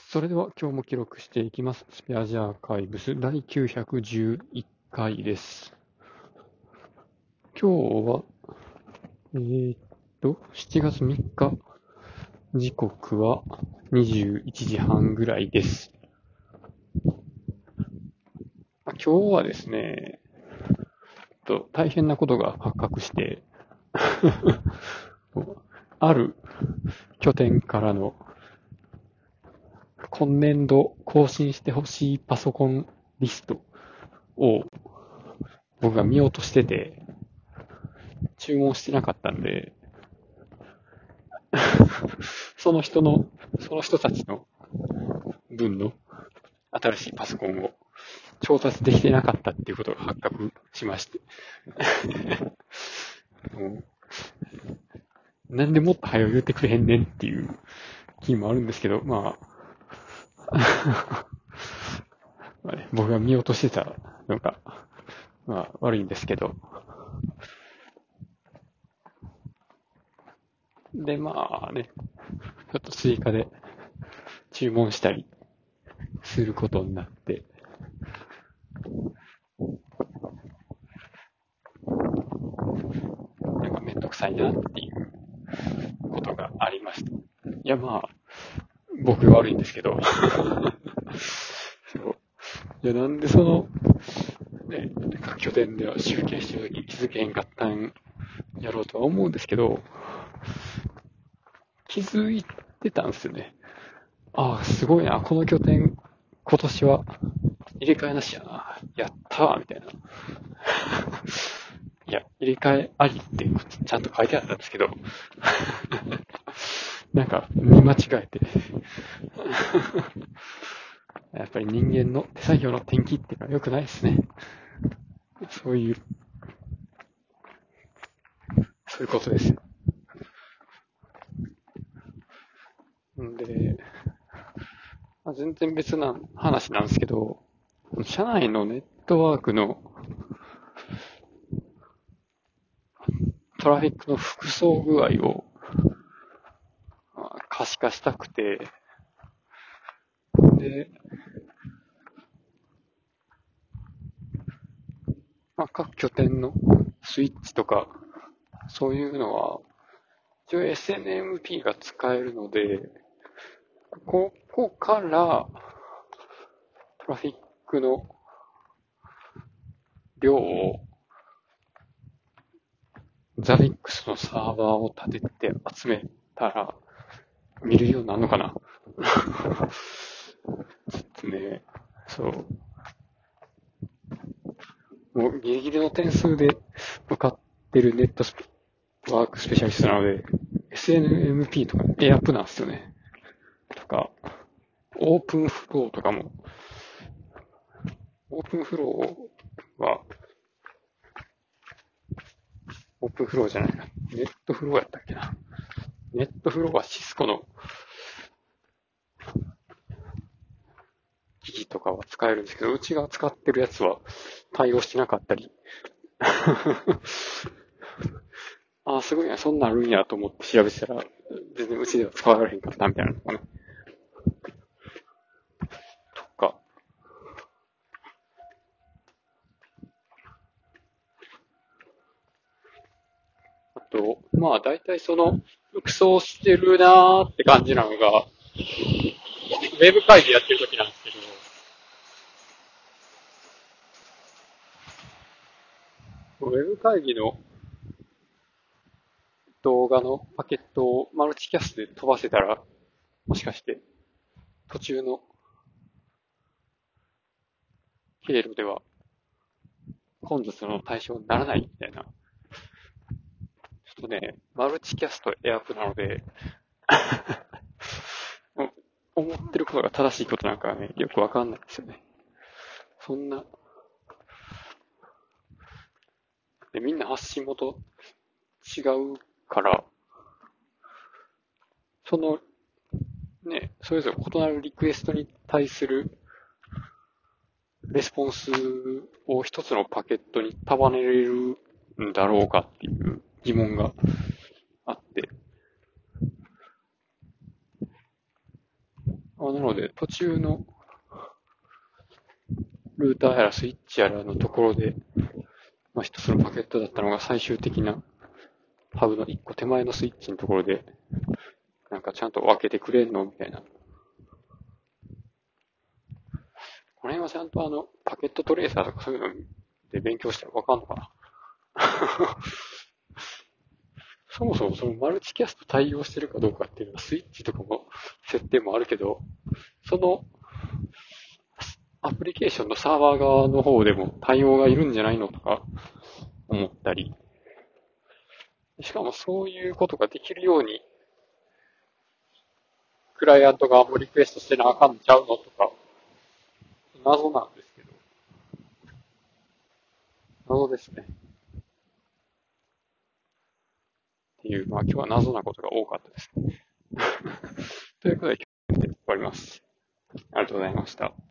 それでは今日も記録していきます。スペアジアーカイブス第911回です。今日は、7月3日、時刻は21時半ぐらいです。今日はですね、大変なことが発覚して、ある拠点からの今年度更新してほしいパソコンリストを僕が見落としてて、注文してなかったんで、その人たちの分の新しいパソコンを調達できてなかったっていうことが発覚しまして。なんでもっと早く言ってくれへんねんっていう気もあるんですけど、僕が見落としてたのが、悪いんですけど。で、ちょっと追加で注文したりすることになって、めんどくさいなっていうことがありました。僕が悪いんですけど。なんで各拠点では集計してるとき気づけへんかったんやろうとは思うんですけど、気づいてたんですよね。すごいな、この拠点、今年は入れ替えなしやな。やったーみたいな。いや、入れ替えありってちゃんと書いてあったんですけど、見間違えて。やっぱり人間の手作業の転記っていうのは良くないですね。そういうことですよ。んで、全然別な話なんですけど、社内のネットワークのトラフィックの複層具合を可視化したくて、で、各拠点のスイッチとか、そういうのは、一応 SNMP が使えるので、ここからトラフィックの量をザビックスのサーバーを立てて集めたら見るようになるのかな。ちょっとね、そう。もうギリギリの点数で受かってるネットワークスペシャリストなので、SNMP とかエアプなんですよね。とか、オープンフローとかも、オープンフローは、オープンフローじゃないな。ネットフローやったっけな。ネットフローはシスコの機器とかは使えるんですけど、うちが使ってるやつは対応してなかったり。すごいな、そんなんあるんやと思って調べてたら、全然うちでは使われへんかったみたいなのかな。とか。あと、大体服装してるなーって感じなのが、ウェブ会議やってる時なんですけど、ウェブ会議の動画のパケットをマルチキャストで飛ばせたら、もしかして途中の経路では混雑の対象にならないみたいな。ちょっとね、マルチキャストエアプなので、思ってることが正しいことなんかはね、よくわかんないですよね。そんな、でみんな発信元違うから、それぞれ異なるリクエストに対するレスポンスを一つのパケットに束ねれるんだろうかっていう疑問があって、 なので、途中のルーターやらスイッチやらのところで、一つのパケットだったのが最終的なハブの一個手前のスイッチのところで、なんかちゃんと分けてくれんのみたいな。この辺はちゃんとパケットトレーサーとかそういうので勉強したらわかんのかな。そもそもそのマルチキャスト対応してるかどうかっていうのはスイッチとかも設定もあるけど、そのアプリケーションのサーバー側の方でも対応がいるんじゃないのとか思ったり、しかもそういうことができるようにクライアント側もリクエストしてなあかんちゃうのとか、謎なんですけど、謎ですね。っていう、今日は謎なことが多かったです。ということで今日は終わります。ありがとうございました。